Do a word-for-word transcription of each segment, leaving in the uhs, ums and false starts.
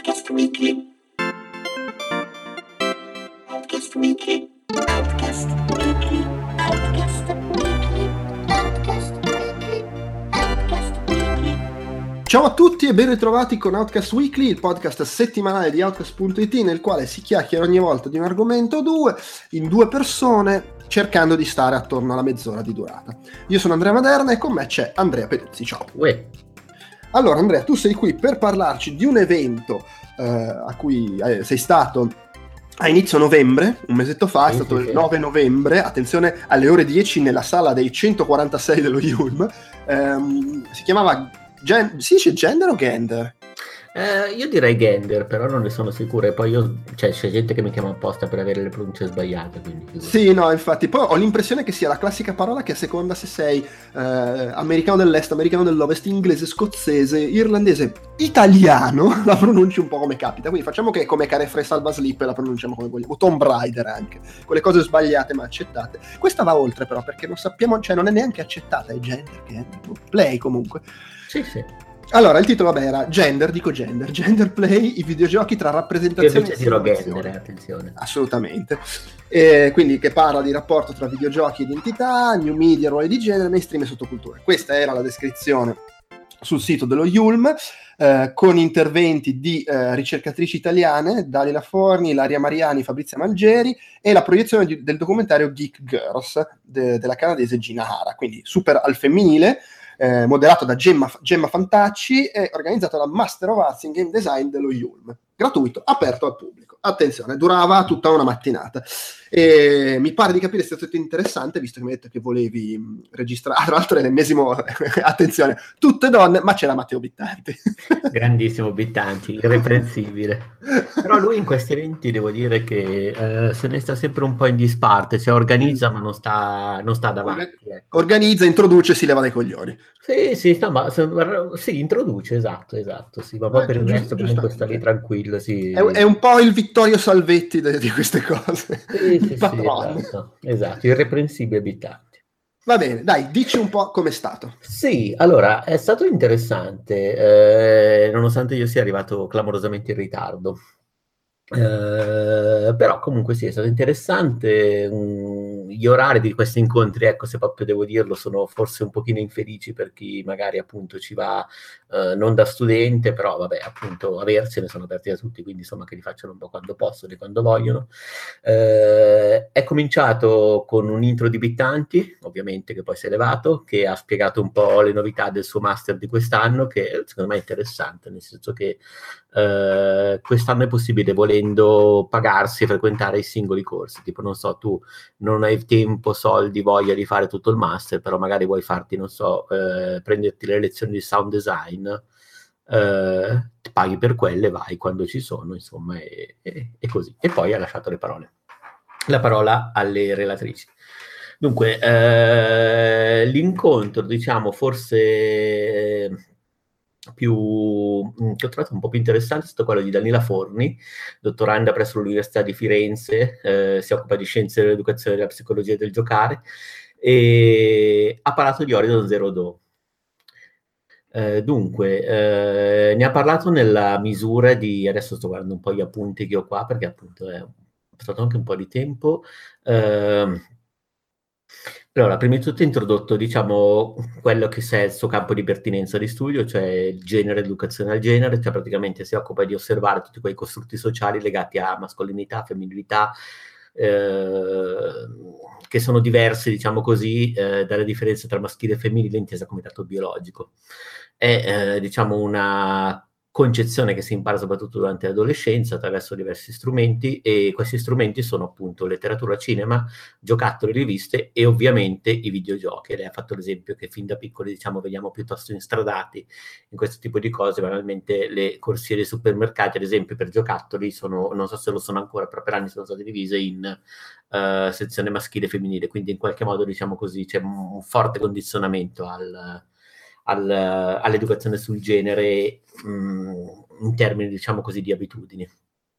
Outcast Weekly. Outcast Weekly. Outcast Weekly. Outcast Weekly. Outcast Weekly. Outcast Weekly. Ciao a tutti e ben ritrovati con Outcast Weekly, il podcast settimanale di Outcast punto it, nel quale si chiacchiera ogni volta di un argomento o due, in due persone, cercando di stare attorno alla mezz'ora di durata. Io sono Andrea Maderna e con me c'è Andrea Peduzzi. Ciao. Uè. Allora Andrea, tu sei qui per parlarci di un evento eh, a cui eh, sei stato a inizio novembre, un mesetto fa, è Sì, stato sì, il sì. nove novembre, attenzione, alle ore dieci nella sala dei centoquarantasei dello Yulm. Ehm, si chiamava Gen- si dice Gender o Gender? Eh, io direi Gender, però non ne sono sicuro. E poi io, cioè, c'è gente che mi chiama apposta per avere le pronunce sbagliate. Quindi figurati. Sì, no, infatti, poi ho l'impressione che sia la classica parola che a seconda se sei eh, americano dell'est, americano dell'ovest, inglese, scozzese, irlandese, italiano, la pronunci un po' come capita. Quindi facciamo che come Carefree Salva Slip la pronunciamo come vogliamo. O Tomb Raider anche, quelle cose sbagliate ma accettate. Questa va oltre però, perché non sappiamo, cioè non è neanche accettata, è gender, che è play comunque. Sì, sì. Allora, il titolo, vabbè, era Gender, dico Gender, Gender Play, i videogiochi tra Io rappresentazione invece e dirò simulazione. Gender, eh, attenzione. Assolutamente. E quindi che parla di rapporto tra videogiochi e identità, new media, ruoli di genere, mainstream e sottoculture. Questa era la descrizione sul sito dello Yulm, eh, con interventi di eh, ricercatrici italiane, Dalila Forni, Ilaria Mariani, Fabrizia Malgeri, e la proiezione di- del documentario Geek Girls de- della canadese Gina Hara, quindi super al femminile, eh, moderato da Gemma, Gemma Fantacci e organizzato da Master of Arts in Game Design dello Yulm. Gratuito, aperto al pubblico. Attenzione, durava tutta una mattinata. E mi pare di capire sia stato interessante, visto che mi hai detto che volevi mh, registrare. Tra l'altro è l'ennesimo, attenzione, tutte donne, ma c'era Matteo Bittanti. Grandissimo Bittanti, irreprensibile. Però lui in questi eventi devo dire che eh, se ne sta sempre un po' in disparte, cioè organizza ma non sta, non sta davanti. Ecco. Organizza, introduce, si leva dai coglioni. Sì, sì, no, ma se- sì, introduce, esatto, esatto, sì, ma poi Eh, per il giu- resto comunque sta giustamente. lì tranquillo, sì. È, è un po' il Vittorio Salvetti de- di queste cose. Sì, Il sì, sì, patrono. esatto, esatto, irreprensibile Bittanti. Va bene, dai, dici un po' com'è stato. Sì, allora, è stato interessante, eh, nonostante io sia arrivato clamorosamente in ritardo. Eh, però comunque sì, è stato interessante. Mm, gli orari di questi incontri, ecco, se proprio devo dirlo, sono forse un pochino infelici per chi magari appunto ci va eh, non da studente, però vabbè, appunto aversene sono aperti da tutti, quindi insomma che li facciano un po' quando possono e quando vogliono. Eh, è cominciato con un intro di Bittanti, ovviamente, che poi si è levato, che ha spiegato un po' le novità del suo master di quest'anno, che secondo me è interessante, nel senso che eh, quest'anno è possibile, volendo, pagarsi e frequentare i singoli corsi. Tipo, non so, tu non hai tempo, soldi, voglia di fare tutto il master, però magari vuoi farti, non so, eh, prenderti le lezioni di sound design, eh, paghi per quelle, vai quando ci sono, insomma, e, e, e così. E poi ha lasciato le parole. La parola alle relatrici. Dunque, eh, l'incontro, diciamo, forse più che ho trovato un po' più interessante è stato quello di Danila Forni, dottoranda presso l'Università di Firenze, eh, si occupa di scienze dell'educazione e della psicologia del giocare, e ha parlato di Horizon Zero Dawn. Eh, dunque, eh, ne ha parlato nella misura di, adesso sto guardando un po' gli appunti che ho qua, perché appunto è passato anche un po' di tempo. Eh, allora, prima di tutto ha introdotto, diciamo, quello che è il suo campo di pertinenza di studio, cioè il genere, l'educazione al genere, cioè praticamente si occupa di osservare tutti quei costrutti sociali legati a mascolinità, femminilità, eh, che sono diversi, diciamo così, eh, dalle differenze tra maschile e femminile intesa come dato biologico. È, eh, diciamo, una concezione che si impara soprattutto durante l'adolescenza attraverso diversi strumenti, e questi strumenti sono appunto letteratura, cinema, giocattoli, riviste e ovviamente i videogiochi. Lei ha fatto l'esempio che fin da piccoli, diciamo, veniamo piuttosto instradati in questo tipo di cose. Banalmente le corsie dei supermercati, ad esempio, per giocattoli sono, non so se lo sono ancora, però per anni sono state divise in uh, sezione maschile e femminile, quindi in qualche modo, diciamo così, c'è un forte condizionamento al, al, all'educazione sul genere mh, in termini, diciamo così, di abitudini.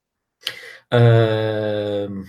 Ehm...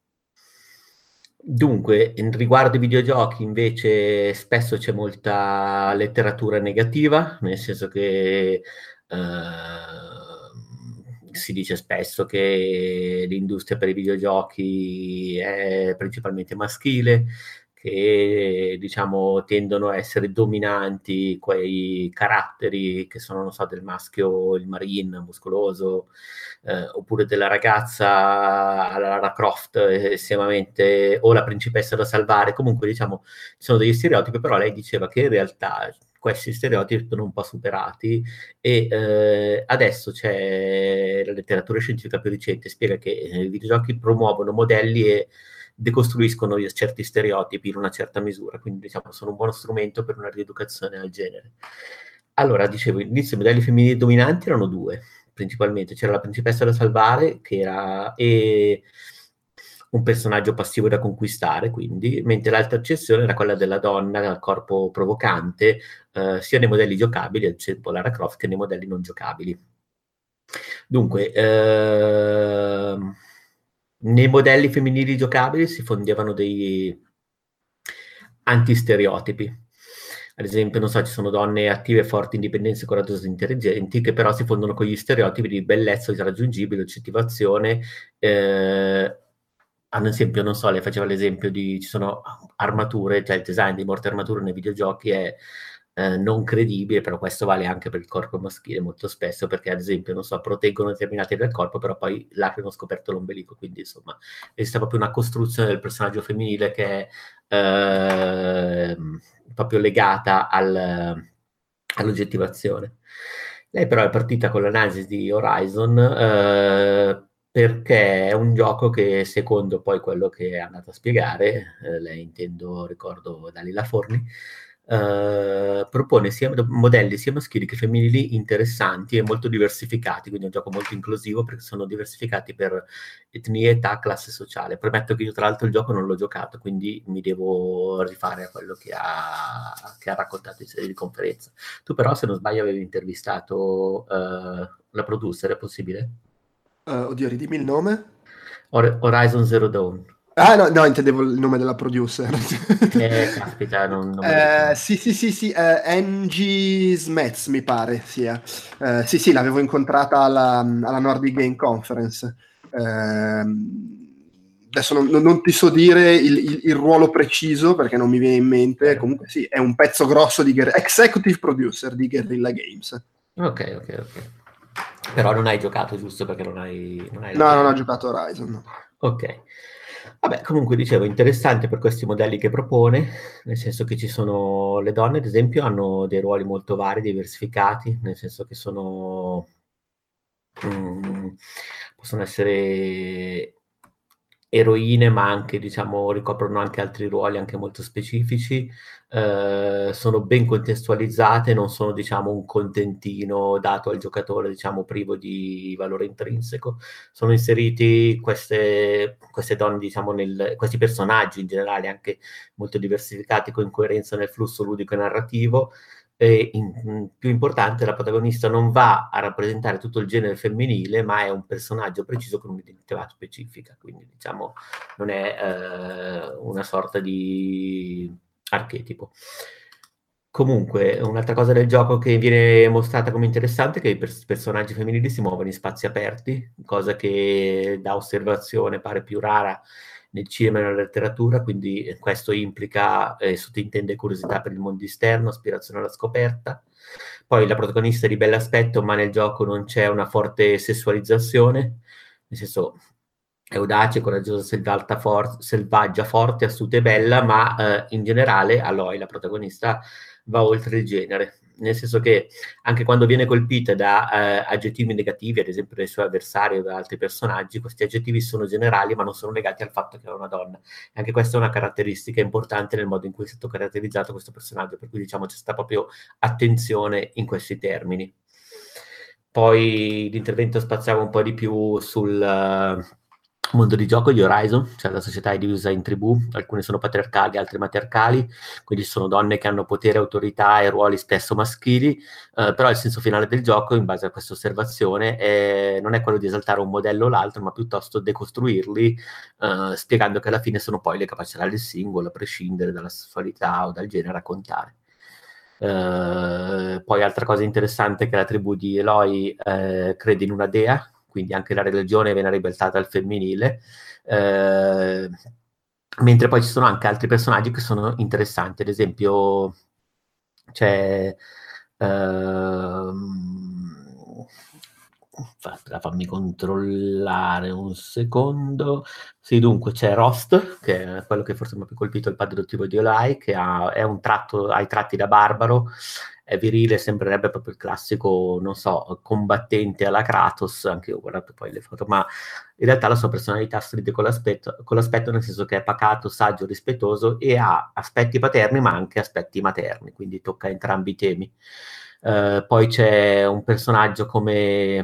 Dunque, in riguardo ai videogiochi invece spesso c'è molta letteratura negativa, nel senso che eh, si dice spesso che l'industria per i videogiochi è principalmente maschile, che diciamo tendono a essere dominanti quei caratteri che sono, non so, del maschio, il marine muscoloso, eh, oppure della ragazza alla Lara Croft estremamente, o la principessa da salvare. Comunque diciamo ci sono degli stereotipi, però lei diceva che in realtà questi stereotipi sono un po' superati e eh, adesso c'è la letteratura scientifica più recente, spiega che i videogiochi promuovono modelli e decostruiscono certi stereotipi in una certa misura, quindi diciamo sono un buono strumento per una rieducazione al genere. Allora, dicevo, all'inizio i modelli femminili dominanti erano due, principalmente. C'era la principessa da salvare, che era e un personaggio passivo da conquistare, quindi, mentre l'altra eccezione era quella della donna dal corpo provocante, eh, sia nei modelli giocabili, ad esempio Lara Croft, che nei modelli non giocabili. Dunque, ehm, nei modelli femminili giocabili si fondevano dei antistereotipi. Ad esempio, non so, ci sono donne attive, forti, indipendenti, coraggiose, intelligenti, che però si fondono con gli stereotipi di bellezza irraggiungibile, oggettivazione. Eh, ad esempio, non so, lei faceva l'esempio di, ci sono armature, cioè il design di molte armature nei videogiochi è eh, non credibile, però questo vale anche per il corpo maschile molto spesso, perché ad esempio, non so, proteggono determinati del corpo, però poi lasciano scoperto l'ombelico, quindi insomma esiste proprio una costruzione del personaggio femminile che è eh, proprio legata al, all'oggettivazione. Lei però è partita con l'analisi di Horizon eh, perché è un gioco che, secondo poi quello che è andato a spiegare, eh, lei intendo, ricordo, Dalila Forni, Uh, propone sia modelli sia maschili che femminili interessanti e molto diversificati, quindi è un gioco molto inclusivo perché sono diversificati per etnie, età, classe sociale. Premetto che io tra l'altro il gioco non l'ho giocato, quindi mi devo rifare a quello che ha, che ha raccontato in sede di conferenza. Tu però, se non sbaglio, avevi intervistato uh, la producer, è possibile? Uh, oddio, ridimmi il nome? Or- Horizon Zero Dawn. Ah, no, no, intendevo il nome della producer. Eh, caspita, non, non eh, sì, sì, sì, sì, eh, Angie Smets, mi pare sia. Eh, sì, sì, l'avevo incontrata alla, alla Nordic Game Conference. Eh, adesso non, non ti so dire il, il, il ruolo preciso perché non mi viene in mente. Eh. Comunque sì, è un pezzo grosso di Guer- executive producer di Guerrilla Games. Ok, ok, ok. Però non hai giocato, giusto? Perché non hai... Non hai no, non ho giocato Horizon. No. Ok. Vabbè, comunque dicevo, interessante per questi modelli che propone, nel senso che ci sono le donne, ad esempio, hanno dei ruoli molto vari, diversificati, nel senso che sono... Mm, possono essere eroine, ma anche, diciamo, ricoprono anche altri ruoli anche molto specifici, eh, sono ben contestualizzate, non sono, diciamo, un contentino dato al giocatore, diciamo, privo di valore intrinseco. Sono inseriti queste, queste donne, diciamo, nel, questi personaggi in generale anche molto diversificati, con coerenza nel flusso ludico e narrativo. E in, più importante, la protagonista non va a rappresentare tutto il genere femminile, ma è un personaggio preciso con un'identità specifica, quindi diciamo non è eh, una sorta di archetipo. Comunque, un'altra cosa del gioco che viene mostrata come interessante è che i pers- personaggi femminili si muovono in spazi aperti, cosa che da osservazione pare più rara nel cinema e nella letteratura, quindi questo implica e eh, sottintende curiosità per il mondo esterno, aspirazione alla scoperta. Poi la protagonista è di bell'aspetto, ma nel gioco non c'è una forte sessualizzazione, nel senso è audace, coraggiosa, selvaggia, for- selvaggia forte, astuta e bella, ma eh, in generale Aloy, la protagonista, va oltre il genere. Nel senso che anche quando viene colpita da eh, aggettivi negativi, ad esempio dai suoi avversari o da altri personaggi, questi aggettivi sono generali ma non sono legati al fatto che è una donna. E anche questa è una caratteristica importante nel modo in cui è stato caratterizzato questo personaggio, per cui diciamo c'è stata proprio attenzione in questi termini. Poi l'intervento spaziava un po' di più sul uh, mondo di gioco di Horizon, cioè la società è divisa in tribù, alcune sono patriarcali, altre matriarcali, quindi sono donne che hanno potere, autorità e ruoli spesso maschili, eh, però il senso finale del gioco, in base a questa osservazione, è, non è quello di esaltare un modello o l'altro, ma piuttosto decostruirli, eh, spiegando che alla fine sono poi le capacità del singolo, a prescindere dalla sessualità o dal genere, a contare. Uh, poi altra cosa interessante è che la tribù di Eloy uh, crede in una dea, quindi anche la religione viene ribaltata al femminile, eh, mentre poi ci sono anche altri personaggi che sono interessanti, ad esempio c'è ehm, fa- fammi controllare un secondo. Sì, dunque c'è Rost, che è quello che forse mi ha più colpito, il padre adottivo di Olai, che ha, è un tratto, ha i tratti da barbaro, è virile, sembrerebbe proprio il classico, non so, combattente alla Kratos, anche io ho guardato poi le foto, ma in realtà la sua personalità stride con l'aspetto, con l'aspetto nel senso che è pacato, saggio, rispettoso e ha aspetti paterni ma anche aspetti materni, quindi tocca entrambi i temi. Uh, poi c'è un personaggio come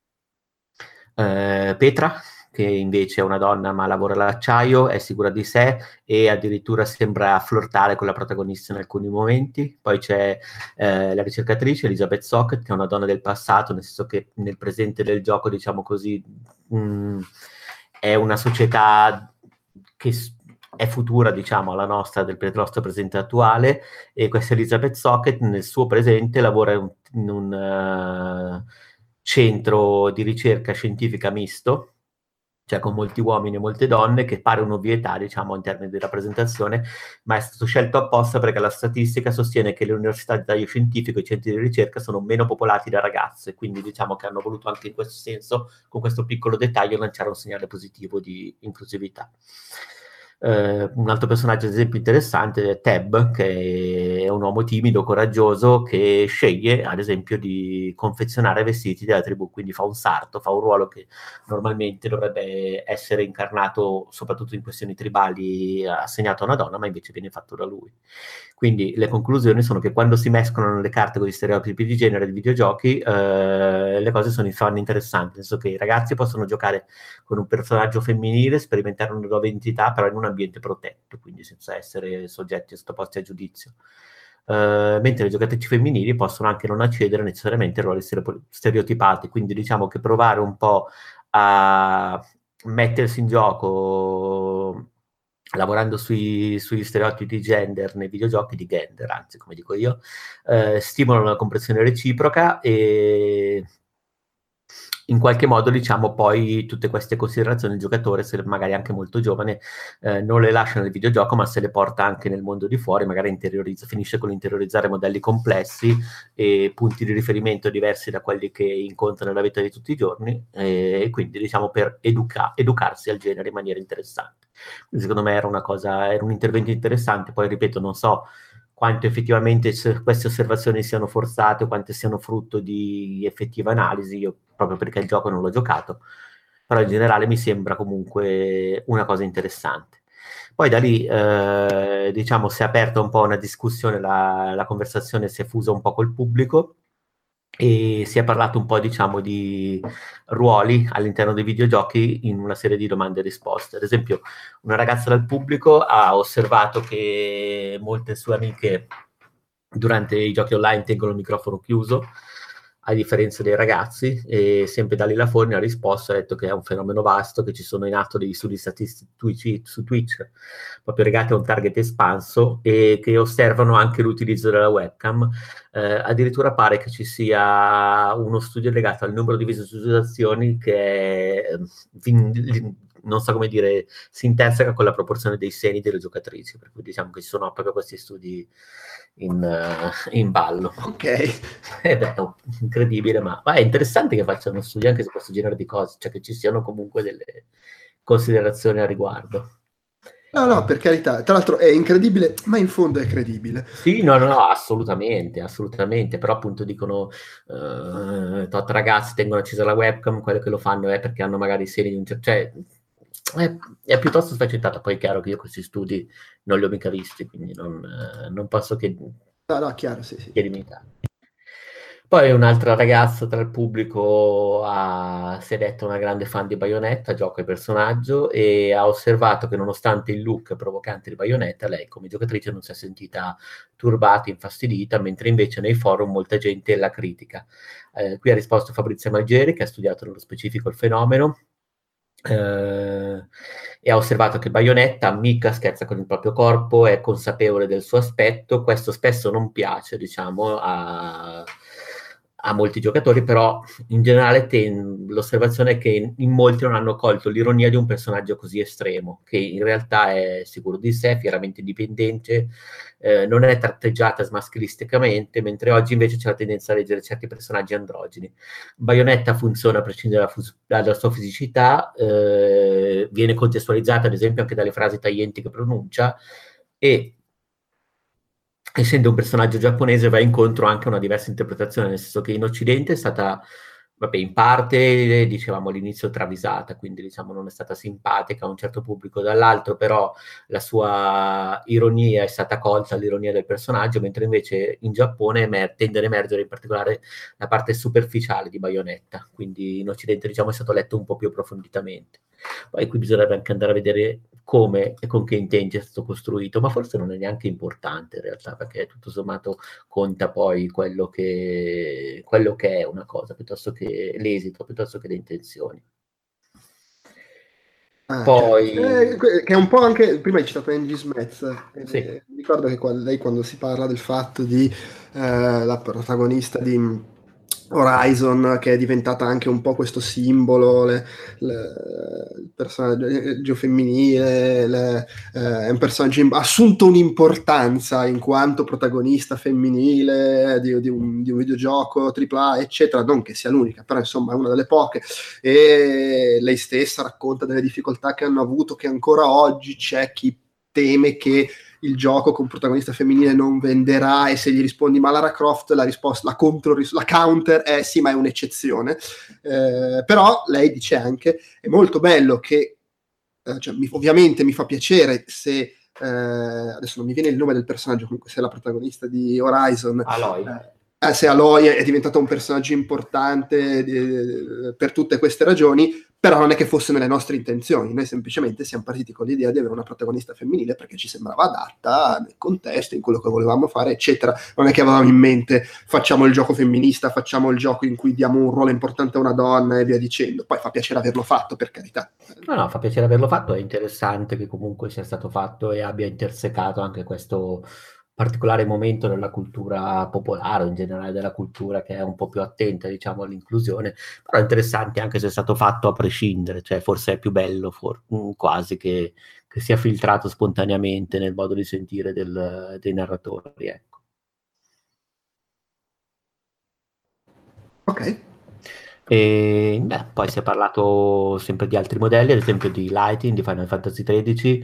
uh, Petra, che invece è una donna ma lavora all'acciaio, è sicura di sé e addirittura sembra flirtare con la protagonista in alcuni momenti. Poi c'è eh, la ricercatrice Elizabeth Socket, che è una donna del passato, nel senso che nel presente del gioco, diciamo così, mh, è una società che è futura, diciamo, alla nostra, del nostro presente attuale, e questa Elizabeth Socket nel suo presente lavora in un, in un uh, centro di ricerca scientifica misto, cioè con molti uomini e molte donne, che pare un'ovvietà, diciamo, in termini di rappresentazione, ma è stato scelto apposta perché la statistica sostiene che le università di taglio scientifico e i centri di ricerca sono meno popolati da ragazze, quindi diciamo che hanno voluto anche in questo senso, con questo piccolo dettaglio, lanciare un segnale positivo di inclusività. Uh, un altro personaggio, ad esempio, interessante è Teb, che è un uomo timido, coraggioso, che sceglie, ad esempio, di confezionare vestiti della tribù, quindi fa un sarto, fa un ruolo che normalmente dovrebbe essere incarnato, soprattutto in questioni tribali, assegnato a una donna, ma invece viene fatto da lui. Quindi le conclusioni sono che quando si mescolano le carte con gli stereotipi di genere dei videogiochi, eh, le cose sono, fanno interessanti, nel senso che i ragazzi possono giocare con un personaggio femminile, sperimentare una nuova identità, però in un ambiente protetto, quindi senza essere soggetti sottoposti a giudizio. Uh, mentre le giocatrici femminili possono anche non accedere necessariamente a ruoli stereotipati, quindi diciamo che provare un po' a mettersi in gioco lavorando sui, sugli stereotipi di gender nei videogiochi, di gender anzi, come dico io, eh, stimolano la comprensione reciproca e in qualche modo, diciamo, poi tutte queste considerazioni il giocatore, se magari anche molto giovane, eh, non le lascia nel videogioco, ma se le porta anche nel mondo di fuori, magari interiorizza, finisce con interiorizzare modelli complessi e punti di riferimento diversi da quelli che incontra nella vita di tutti i giorni, e quindi, diciamo, per educa- educarsi al genere in maniera interessante. Quindi, secondo me era una cosa, era un intervento interessante. Poi, ripeto, non so quanto effettivamente queste osservazioni siano forzate o quante siano frutto di effettiva analisi, io proprio perché il gioco non l'ho giocato, però in generale mi sembra comunque una cosa interessante. Poi da lì, eh, diciamo, si è aperta un po' una discussione, la, la conversazione si è fusa un po' col pubblico e si è parlato un po', diciamo, di ruoli all'interno dei videogiochi in una serie di domande e risposte. Ad esempio, una ragazza dal pubblico ha osservato che molte sue amiche durante i giochi online tengono il microfono chiuso, a differenza dei ragazzi, e sempre Dalila Forni ha risposto, ha detto che è un fenomeno vasto, che ci sono in atto degli studi statistici su Twitch, proprio legati a un target espanso, e che osservano anche l'utilizzo della webcam. Eh, addirittura pare che ci sia uno studio legato al numero di visualizzazioni che è, non so come dire, si interseca con la proporzione dei seni delle giocatrici, per cui diciamo che ci sono proprio questi studi in, uh, in ballo. Ok. Ed è incredibile, ma, ma è interessante che facciano studi anche su questo genere di cose, cioè che ci siano comunque delle considerazioni a riguardo. No, no, per carità. Tra l'altro è incredibile, ma in fondo è credibile. Sì, no, no, no, assolutamente, assolutamente. Però appunto dicono, uh, tot ragazzi tengono accesa la webcam, quello che lo fanno è perché hanno magari seni di un certo... Cioè, è, è piuttosto sfaccettata. Poi è chiaro che io questi studi non li ho mica visti, quindi non, eh, non posso che... No, no, chiaro, sì, sì. Poi un'altra ragazza tra il pubblico ha, si è detta una grande fan di Bayonetta, gioco e personaggio, e ha osservato che nonostante il look provocante di Bayonetta, lei come giocatrice non si è sentita turbata, infastidita, mentre invece nei forum molta gente la critica. Eh, qui ha risposto Fabrizia Malgeri, che ha studiato nello specifico il fenomeno, Uh, e ha osservato che Bayonetta ammicca, scherza con il proprio corpo, è consapevole del suo aspetto. Questo spesso non piace, diciamo, a, a molti giocatori, però in generale ten- l'osservazione è che in, in molti non hanno colto l'ironia di un personaggio così estremo, che in realtà è sicuro di sé, fieramente indipendente, eh, non è tratteggiata smaschilisticamente, mentre oggi invece c'è la tendenza a leggere certi personaggi androgeni. Bayonetta funziona a prescindere dalla, fus- dalla sua fisicità, eh, viene contestualizzata ad esempio anche dalle frasi taglienti che pronuncia, e essendo un personaggio giapponese va incontro anche a una diversa interpretazione, nel senso che in Occidente è stata, vabbè, in parte, dicevamo all'inizio, travisata, quindi diciamo non è stata simpatica a un certo pubblico, dall'altro però la sua ironia è stata colta, l'ironia del personaggio, mentre invece in Giappone emer- tende ad emergere in particolare la parte superficiale di Bayonetta, quindi in Occidente diciamo è stato letto un po' più approfonditamente. Poi qui bisognerebbe anche andare a vedere come e con che intenti è stato costruito, ma forse non è neanche importante in realtà, perché tutto sommato conta poi quello che, quello che è una cosa, piuttosto che l'esito, piuttosto che le intenzioni. Ah, Poi, certo. Eh, que- che è un po' anche, prima hai citato Angie Smets, sì, eh, ricordo che qua- lei quando si parla del fatto di eh, la protagonista di Horizon, che è diventata anche un po' questo simbolo, le- le- il personaggio femminile, le- eh, è un personaggio im- ha assunto un'importanza in quanto protagonista femminile di, di un, di un videogioco tripla A, eccetera, non che sia l'unica, però insomma è una delle poche, e lei stessa racconta delle difficoltà che hanno avuto, che ancora oggi c'è chi teme che il gioco con protagonista femminile non venderà, e se gli rispondi ma Lara Croft, la risposta, la, contro, la counter è sì, ma è un'eccezione. Eh, però lei dice anche, è molto bello che, eh, cioè, mi, ovviamente mi fa piacere se, eh, adesso non mi viene il nome del personaggio, comunque se è la protagonista di Horizon, Aloy. eh, eh, se Aloy è diventato un personaggio importante eh, per tutte queste ragioni, però non è che fosse nelle nostre intenzioni, noi semplicemente siamo partiti con l'idea di avere una protagonista femminile perché ci sembrava adatta nel contesto, in quello che volevamo fare, eccetera. Non è che avevamo in mente facciamo il gioco femminista, facciamo il gioco in cui diamo un ruolo importante a una donna e via dicendo. Poi fa piacere averlo fatto, per carità. No, no, fa piacere averlo fatto, è interessante che comunque sia stato fatto e abbia intersecato anche questo particolare momento della cultura popolare, o in generale della cultura che è un po' più attenta, diciamo, all'inclusione, però è interessante anche se è stato fatto a prescindere, cioè forse è più bello for- mm, quasi che, che sia filtrato spontaneamente nel modo di sentire del- dei narratori, ecco. Ok. E beh, poi si è parlato sempre di altri modelli, ad esempio di Lighting di Final Fantasy tredici,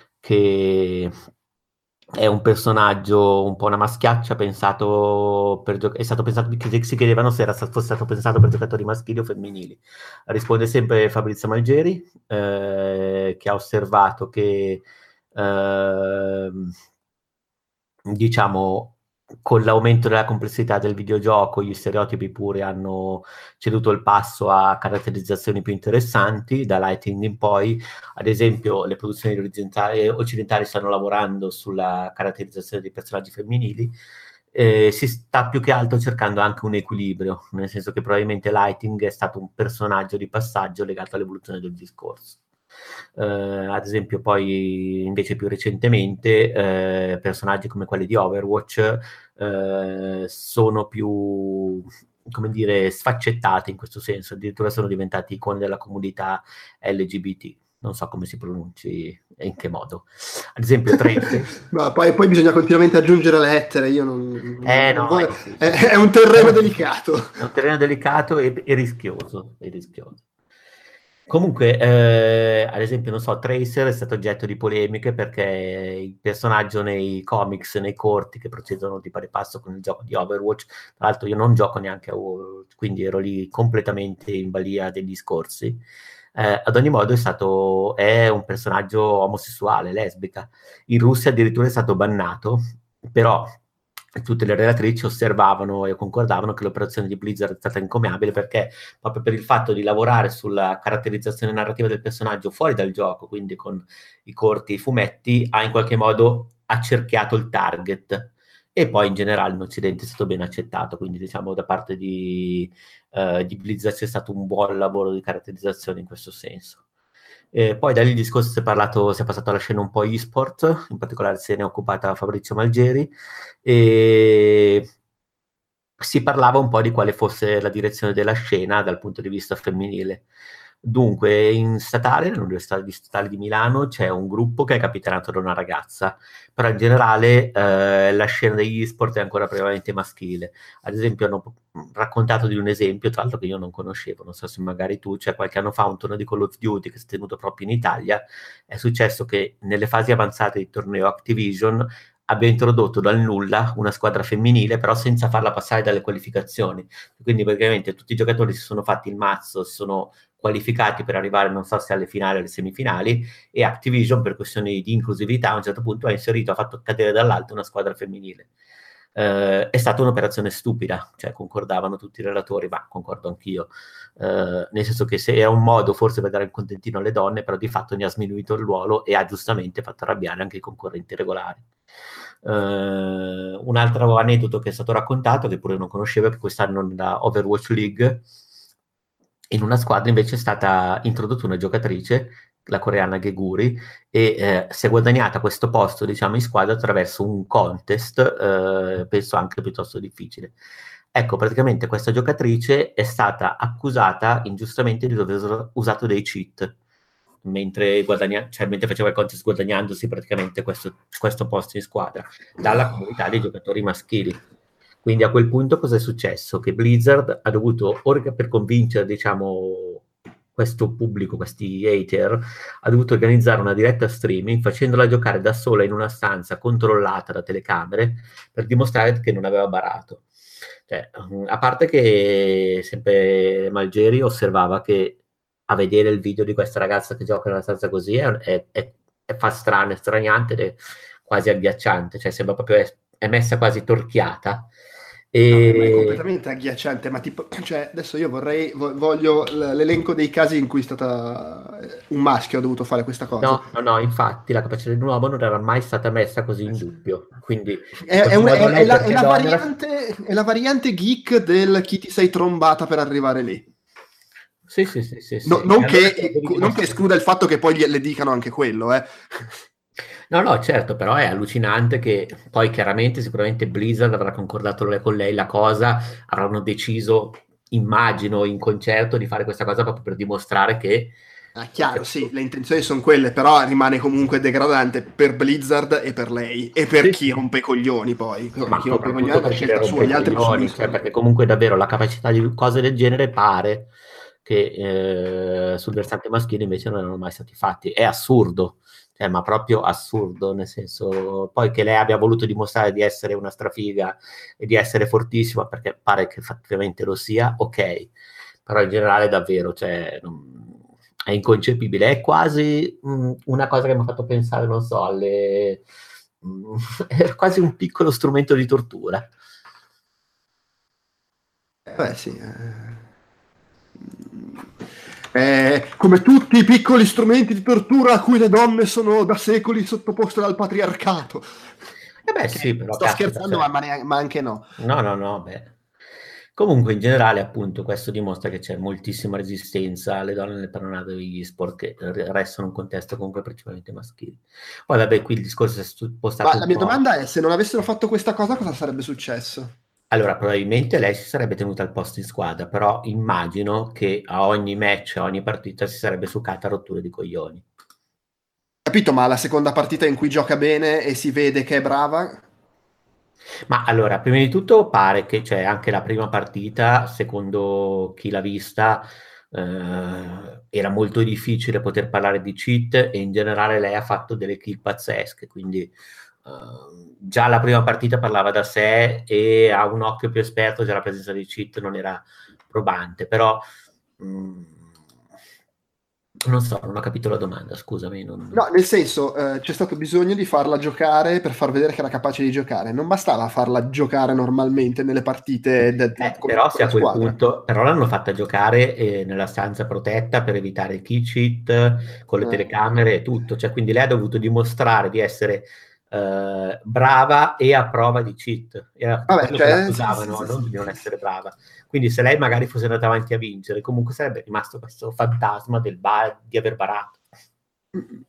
che è un personaggio un po' una maschiaccia pensato per gio- è stato pensato, che si chiedevano se era sta- fosse stato pensato per giocatori maschili o femminili. Risponde sempre Fabrizio Malgeri, eh, che ha osservato che ehm, diciamo con l'aumento della complessità del videogioco gli stereotipi pure hanno ceduto il passo a caratterizzazioni più interessanti. Da Lighting in poi, ad esempio, le produzioni occidentali, occidentali stanno lavorando sulla caratterizzazione dei personaggi femminili. Eh, si sta più che altro cercando anche un equilibrio, nel senso che probabilmente Lighting è stato un personaggio di passaggio legato all'evoluzione del discorso. Eh, ad esempio poi invece più recentemente eh, personaggi come quelli di Overwatch eh, sono più, come dire, sfaccettati in questo senso, addirittura sono diventati icone della comunità L G B T. Non so come si pronunci e in che modo. Ad esempio Tracer. Ma poi, poi bisogna continuamente aggiungere lettere, io non, Eh non no, è voglio- difficile. è, è un terreno delicato. È un terreno delicato e, e rischioso, e rischioso. Comunque, eh, ad esempio, non so, Tracer è stato oggetto di polemiche perché il personaggio nei comics, nei corti che procedono di pari passo con il gioco di Overwatch, tra l'altro io non gioco neanche a Overwatch, quindi ero lì completamente in balia dei discorsi. Eh, ad ogni modo è stato, è un personaggio omosessuale, lesbica. In Russia addirittura è stato bannato, però tutte le relatrici osservavano e concordavano che l'operazione di Blizzard è stata incommiabile perché proprio per il fatto di lavorare sulla caratterizzazione narrativa del personaggio fuori dal gioco, quindi con i corti e i fumetti, ha in qualche modo accerchiato il target. E poi in generale in Occidente è stato ben accettato, quindi diciamo da parte di, eh, di Blizzard c'è stato un buon lavoro di caratterizzazione in questo senso. Eh, poi da lì il discorso si è, parlato, si è passato alla scena un po' e-sport, in particolare se ne è occupata Fabrizio Malgeri, e si parlava un po' di quale fosse la direzione della scena dal punto di vista femminile. Dunque, in statale, nell'Università di Statale di Milano, c'è un gruppo che è capitanato da una ragazza, però in generale eh, la scena degli sport è ancora prevalentemente maschile. Ad esempio, hanno raccontato di un esempio, tra l'altro che io non conoscevo, non so se magari tu, cioè qualche anno fa un torneo di Call of Duty che si è tenuto proprio in Italia, è successo che nelle fasi avanzate del torneo Activision abbia introdotto dal nulla una squadra femminile, però senza farla passare dalle qualificazioni. Quindi praticamente tutti i giocatori si sono fatti il mazzo, si sono qualificati per arrivare, non so se alle finali o alle semifinali, e Activision, per questioni di inclusività, a un certo punto ha inserito, ha fatto cadere dall'alto una squadra femminile. Eh, è stata un'operazione stupida, cioè concordavano tutti i relatori, ma concordo anch'io, eh, nel senso che se era un modo forse per dare il contentino alle donne, però di fatto ne ha sminuito il ruolo e ha giustamente fatto arrabbiare anche i concorrenti regolari. Uh, un altro aneddoto che è stato raccontato, che pure non conoscevo, è che quest'anno nella Overwatch League in una squadra invece è stata introdotta una giocatrice, la coreana Geguri, e eh, si è guadagnata questo posto, diciamo, in squadra attraverso un contest, eh, penso anche piuttosto difficile. Ecco, praticamente questa giocatrice è stata accusata ingiustamente di aver usato dei cheat mentre, guadagna- cioè, mentre faceva il contest, guadagnandosi praticamente questo, questo posto in squadra dalla comunità dei giocatori maschili. Quindi a quel punto cosa è successo? Che Blizzard ha dovuto, ora per convincere, diciamo, questo pubblico, questi hater, ha dovuto organizzare una diretta streaming facendola giocare da sola in una stanza controllata da telecamere per dimostrare che non aveva barato. Cioè, a parte che sempre Malgeri osservava che a vedere il video di questa ragazza che gioca in una stanza così è, è, è, è fa strano, è straniante ed è quasi agghiacciante, cioè sembra proprio è, è messa quasi torchiata. E... No, è completamente agghiacciante, ma tipo, cioè, adesso io vorrei, voglio l'elenco dei casi in cui è stata un maschio ha dovuto fare questa cosa. No, no, no, infatti la capacità di un uomo non era mai stata messa così in dubbio, quindi è, è, un, è, è, la, è, la variante, era... è la variante geek del chi ti sei trombata per arrivare lì. Sì, sì, sì, sì, no, sì. Non, che, non che escluda il fatto che poi le dicano anche quello, eh. No, no, certo, però è allucinante che poi chiaramente sicuramente Blizzard avrà concordato con lei la cosa, avranno deciso, immagino, in concerto di fare questa cosa proprio per dimostrare che... Ah, chiaro, sì, le intenzioni sono quelle, però rimane comunque degradante per Blizzard e per lei, e per sì, chi rompe i coglioni poi. Ma chi rompe i coglioni per scelta sua, gli altri coglioni, cioè, perché comunque davvero la capacità di cose del genere pare che eh, sul versante maschile invece non erano mai stati fatti. È assurdo. Eh, ma proprio assurdo, nel senso, poi che lei abbia voluto dimostrare di essere una strafiga e di essere fortissima, perché pare che effettivamente lo sia, ok, però in generale davvero, cioè, non, è inconcepibile, è quasi mh, una cosa che mi ha fatto pensare, non so, alle... Mh, è quasi un piccolo strumento di tortura. Beh, sì, eh... Eh, come tutti i piccoli strumenti di tortura a cui le donne sono da secoli sottoposte dal patriarcato. Eh beh, sì, però sto caspita, scherzando, cioè... ma, ma anche no. No, no, no, beh. Comunque, in generale, appunto, questo dimostra che c'è moltissima resistenza alle donne nel panorama degli sport che restano un contesto comunque principalmente maschile. Poi, vabbè, qui il discorso è spostato. Ma la mia domanda è: se non avessero fatto questa cosa, cosa sarebbe successo? Allora, probabilmente lei si sarebbe tenuta al posto in squadra, però immagino che a ogni match, a ogni partita si sarebbe succata a rotture di coglioni. Capito, ma la seconda partita in cui gioca bene e si vede che è brava? Ma allora, prima di tutto pare che, cioè, anche la prima partita, secondo chi l'ha vista, eh, era molto difficile poter parlare di cheat e in generale lei ha fatto delle kill pazzesche, quindi... Uh, già la prima partita parlava da sé e a un occhio più esperto già la presenza di cheat non era probante, però mh, non so, non ho capito la domanda, scusami. Non... No, nel senso, eh, c'è stato bisogno di farla giocare per far vedere che era capace di giocare, non bastava farla giocare normalmente nelle partite de- eh, però se a quel squadra. punto però l'hanno fatta giocare eh, nella stanza protetta per evitare il key cheat con le eh. telecamere e tutto, cioè quindi lei ha dovuto dimostrare di essere Uh, brava e a prova di cheat, era Vabbè, quello cioè, che l'accusavano, sì, sì, non sì. di non essere brava. Quindi se lei magari fosse andata avanti a vincere, comunque sarebbe rimasto questo fantasma del bar, di aver barato.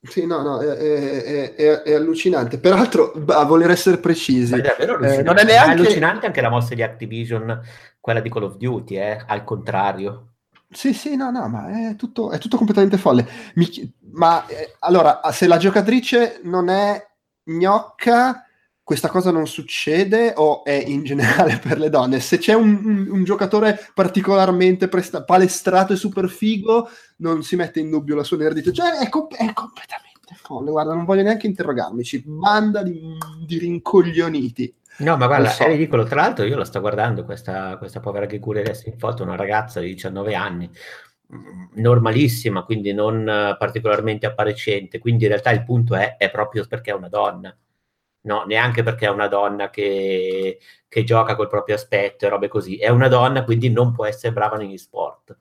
Sì, no, no, è, è- è- è allucinante. Peraltro, a voler essere precisi, Ma è davvero eh, non è allucinante. Ma è neanche... allucinante anche la mossa di Activision, quella di Call of Duty, eh? Al contrario. Sì, sì, no, no, ma è tutto, è tutto completamente folle. Mi chi- ma eh, allora, se la giocatrice non è gnocca, questa cosa non succede o è in generale per le donne? Se c'è un, un- un giocatore particolarmente presta- palestrato e super figo, non si mette in dubbio la sua nerdità. Cioè, è, com- è completamente folle. Guarda, non voglio neanche interrogarmici. Banda di, di rincoglioniti. No, ma Lo guarda, è so. ridicolo. Tra l'altro, io la sto guardando questa, questa povera Gegure adesso in foto, una ragazza di diciannove anni, mm, normalissima, quindi non eh, particolarmente appariscente. Quindi in realtà il punto è, è proprio perché è una donna, no, neanche perché è una donna che, che gioca col proprio aspetto e robe così. È una donna, quindi non può essere brava negli sport.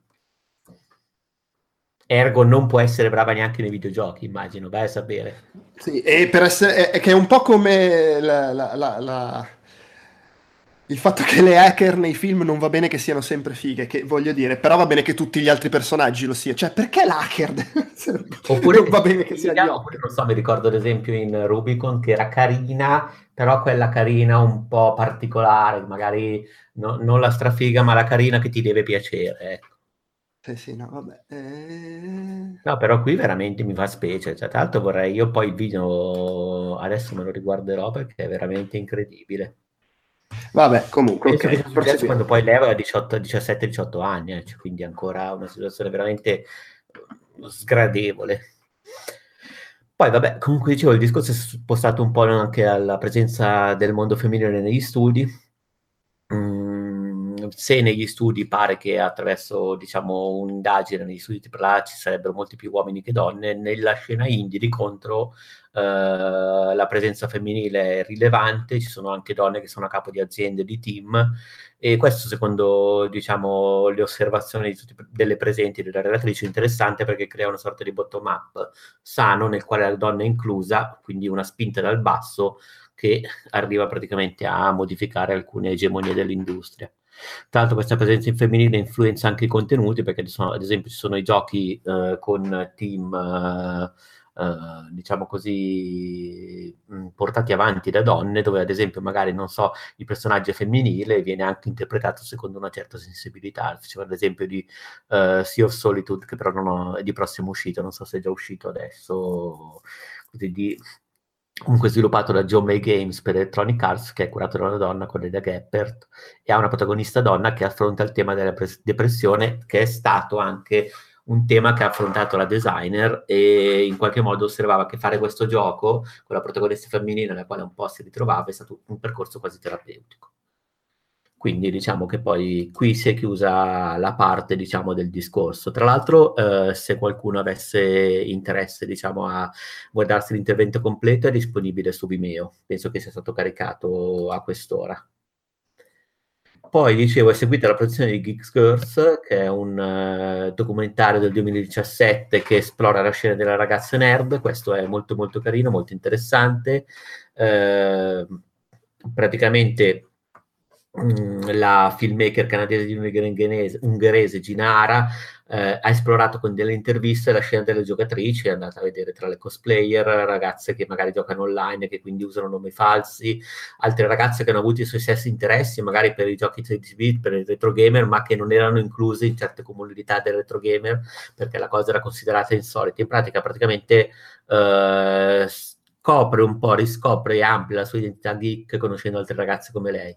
Ergo non può essere brava neanche nei videogiochi, immagino, vai a sapere. Sì, e per essere, è, è che è un po' come la- la- la- la- il fatto che le hacker nei film non va bene che siano sempre fighe, che voglio dire, però va bene che tutti gli altri personaggi lo siano. Cioè, perché l'hacker non va Oppure, bene che sia figa, oppure gnocca? non so, mi ricordo ad esempio in Rubicon che era carina, però quella carina un po' particolare, magari no- non la strafiga, ma la carina che ti deve piacere, ecco. Sì, sì, no, vabbè. eh, No, però qui veramente mi fa specie, cioè, tra l'altro vorrei, io poi il video adesso me lo riguarderò perché è veramente incredibile. Vabbè, comunque, Penso che sia ok, successo proseguiamo. quando poi lei aveva diciotto, diciassette diciotto anni, eh, cioè, quindi ancora una situazione veramente sgradevole. Poi vabbè, comunque dicevo, il discorso è spostato un po' anche alla presenza del mondo femminile negli studi. Mm, se negli studi pare che attraverso, diciamo, un'indagine negli studi tipo là ci sarebbero molti più uomini che donne, nella scena indie di contro eh, la presenza femminile è rilevante, ci sono anche donne che sono a capo di aziende, di team, e questo secondo, diciamo, le osservazioni di tutti- delle presenti, delle relatrici, è interessante perché crea una sorta di bottom up sano nel quale la donna è inclusa, quindi una spinta dal basso che arriva praticamente a modificare alcune egemonie dell'industria. Tra l'altro questa presenza in femminile influenza anche i contenuti, perché sono, ad esempio ci sono i giochi eh, con team, eh, eh, diciamo così, mh, portati avanti da donne, dove ad esempio magari, non so, il personaggio è femminile e viene anche interpretato secondo una certa sensibilità. Faceva l'esempio di uh, Sea of Solitude, che però non ho, è di prossimo uscito, non so se è già uscito adesso, così di comunque sviluppato da John May Games per Electronic Arts, che è curato da una donna, Cornelia Geppert, e ha una protagonista donna che affronta il tema della pres- depressione, che è stato anche un tema che ha affrontato la designer e in qualche modo osservava che fare questo gioco con la protagonista femminile nella quale un po' si ritrovava è stato un percorso quasi terapeutico. Quindi diciamo che poi qui si è chiusa la parte, diciamo, del discorso. Tra l'altro, eh, se qualcuno avesse interesse, diciamo, a guardarsi l'intervento completo, è disponibile su Vimeo. Penso che sia stato caricato a quest'ora. Poi, dicevo, è seguita la produzione di Geeks Girls, che è un eh, documentario del duemiladiciassette che esplora la scena delle ragazze nerd. Questo è molto molto carino, molto interessante. Eh, praticamente mh, la filmmaker canadese di ungherese, ungherese Ginara eh, ha esplorato con delle interviste la scena delle giocatrici, è andata a vedere tra le cosplayer, ragazze che magari giocano online e che quindi usano nomi falsi, altre ragazze che hanno avuto i suoi stessi interessi, magari per i giochi tredici bit, per il retro gamer, ma che non erano incluse in certe comunità del retro gamer perché la cosa era considerata insolita. In pratica, praticamente eh, scopre un po', riscopre e amplia la sua identità geek conoscendo altre ragazze come lei.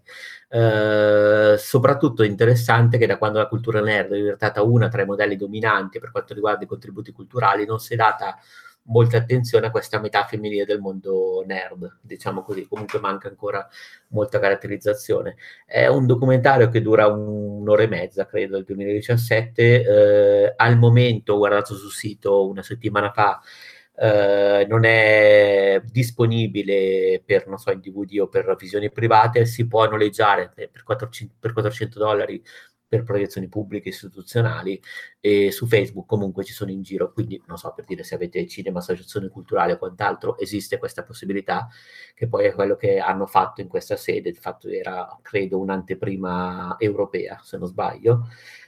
Eh, soprattutto è interessante che da quando la cultura nerd è diventata una tra i modelli dominanti per quanto riguarda i contributi culturali, non si è data molta attenzione a questa metà femminile del mondo nerd, diciamo così. Comunque manca ancora molta caratterizzazione. È un documentario che dura un, un'ora e mezza, credo, del duemiladiciassette. Eh, al momento, ho guardato sul sito una settimana fa, eh, non è disponibile per, non so, in D V D o per visioni private, si può noleggiare per quattrocento, per quattrocento dollari per proiezioni pubbliche istituzionali, e su Facebook comunque ci sono in giro, quindi non so, per dire, se avete cinema, associazione culturale o quant'altro, esiste questa possibilità, che poi è quello che hanno fatto in questa sede. Di fatto era, credo, un'anteprima europea, se non sbaglio,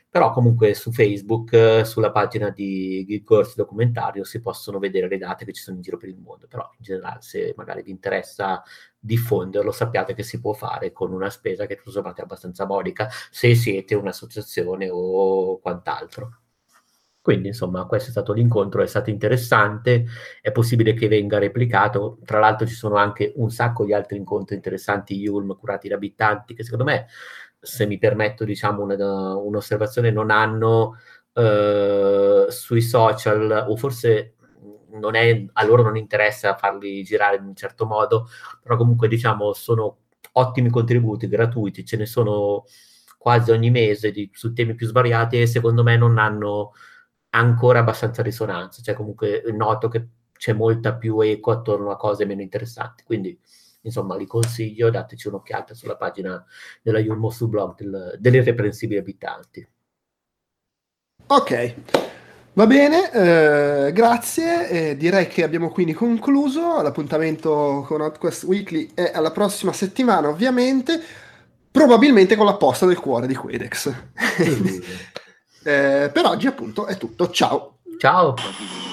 Però comunque su Facebook, eh, sulla pagina di Geek Girls Documentario, si possono vedere le date che ci sono in giro per il mondo. Però in generale, se magari vi interessa diffonderlo, sappiate che si può fare con una spesa che tutto sommato è abbastanza modica, se siete un'associazione o quant'altro. Quindi insomma questo è stato l'incontro, è stato interessante, è possibile che venga replicato. Tra l'altro ci sono anche un sacco di altri incontri interessanti Yulm curati da abitanti che secondo me, se mi permetto diciamo una, un'osservazione, non hanno eh, sui social, o forse non è, a loro non interessa farli girare in un certo modo, però comunque diciamo sono ottimi contributi gratuiti, ce ne sono quasi ogni mese di, su temi più svariati, e secondo me non hanno ancora abbastanza risonanza, cioè comunque noto che c'è molta più eco attorno a cose meno interessanti, quindi insomma li consiglio, dateci un'occhiata sulla pagina della Yulmo sul blog del, delle irreprensibili abitanti. Ok, va bene, eh, grazie, eh, direi che abbiamo quindi concluso. L'appuntamento con Outquest Weekly è alla prossima settimana, ovviamente, probabilmente con la posta del cuore di Quedex. Mm. eh, per oggi appunto è tutto, ciao! Ciao!